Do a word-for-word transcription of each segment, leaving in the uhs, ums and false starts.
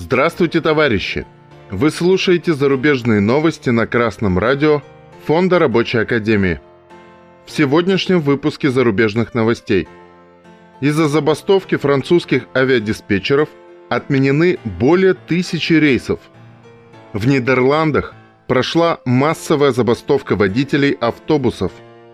Здравствуйте, товарищи! Вы слушаете зарубежные новости на Красном радио Фонда Рабочей Академии. В сегодняшнем выпуске зарубежных новостей. Из-за забастовки французских авиадиспетчеров отменены более тысячи рейсов. В Нидерландах прошла массовая забастовка водителей автобусов.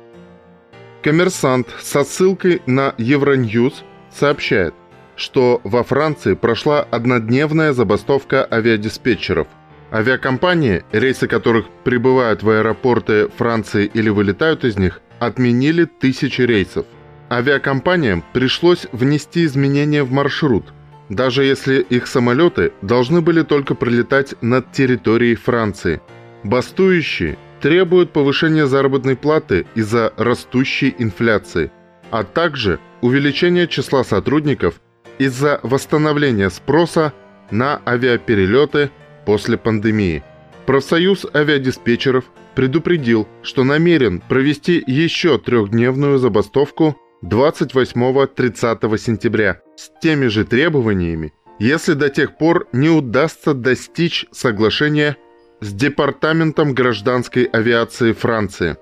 Коммерсант со ссылкой на Евроньюз сообщает, что во Франции прошла однодневная забастовка авиадиспетчеров. Авиакомпании, рейсы которых прибывают в аэропорты Франции или вылетают из них, отменили тысячи рейсов. Авиакомпаниям пришлось внести изменения в маршрут, даже если их самолеты должны были только прилетать над территорией Франции. Бастующие требуют повышения заработной платы из-за растущей инфляции, а также увеличения числа сотрудников из-за восстановления спроса на авиаперелеты после пандемии. Профсоюз авиадиспетчеров предупредил, что намерен провести еще трехдневную забастовку двадцать восьмого — тридцатого сентября с теми же требованиями, если до тех пор не удастся достичь соглашения с Департаментом гражданской авиации Франции.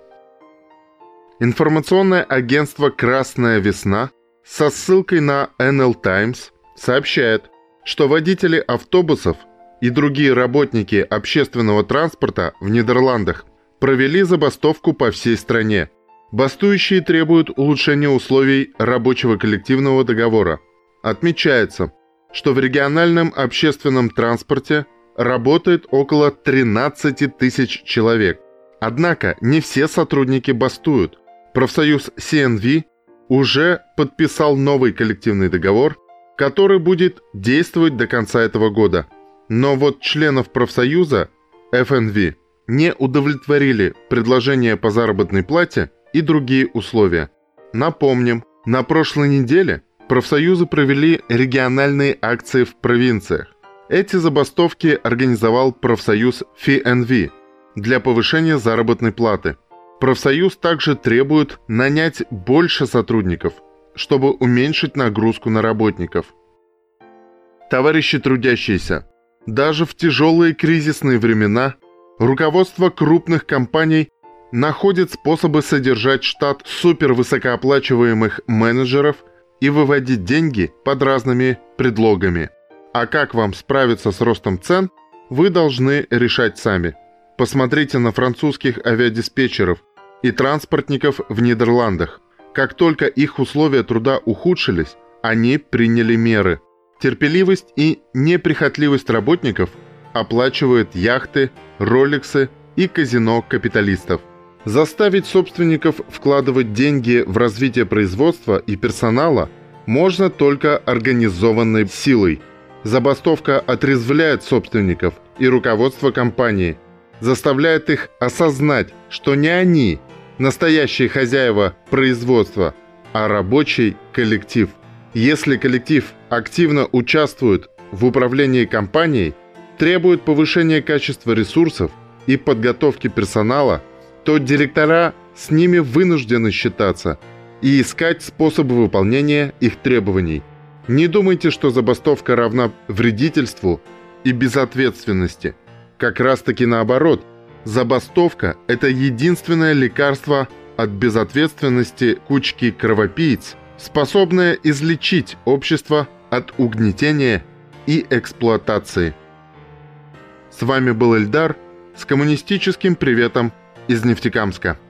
Информационное агентство «Красная весна» со ссылкой на эн эл Times сообщает, что водители автобусов и другие работники общественного транспорта в Нидерландах провели забастовку по всей стране. Бастующие требуют улучшения условий рабочего коллективного договора. Отмечается, что в региональном общественном транспорте работает около тринадцати тысяч человек. Однако не все сотрудники бастуют. Профсоюз си эн ви уже подписал новый коллективный договор, который будет действовать до конца этого года. Но вот членов профсоюза эф эн ви не удовлетворили предложения по заработной плате и другие условия. Напомним, на прошлой неделе профсоюзы провели региональные акции в провинциях. Эти забастовки организовал профсоюз эф эн ви для повышения заработной платы. Профсоюз также требует нанять больше сотрудников, чтобы уменьшить нагрузку на работников. Товарищи трудящиеся, даже в тяжелые кризисные времена руководство крупных компаний находит способы содержать штат супервысокооплачиваемых менеджеров и выводить деньги под разными предлогами. А как вам справиться с ростом цен, вы должны решать сами. Посмотрите на французских авиадиспетчеров и транспортников в Нидерландах. Как только их условия труда ухудшились, они приняли меры. Терпеливость и неприхотливость работников оплачивают яхты, роликсы и казино капиталистов. Заставить собственников вкладывать деньги в развитие производства и персонала можно только организованной силой. Забастовка отрезвляет собственников и руководство компании, заставляет их осознать, что не они настоящие хозяева производства, а рабочий коллектив. Если коллектив активно участвует в управлении компанией, требует повышения качества ресурсов и подготовки персонала, то директора с ними вынуждены считаться и искать способы выполнения их требований. Не думайте, что забастовка равна вредительству и безответственности. Как раз-таки наоборот, забастовка – это единственное лекарство от безответственности кучки кровопийц, способное излечить общество от угнетения и эксплуатации. С вами был Эльдар с коммунистическим приветом из Нефтекамска.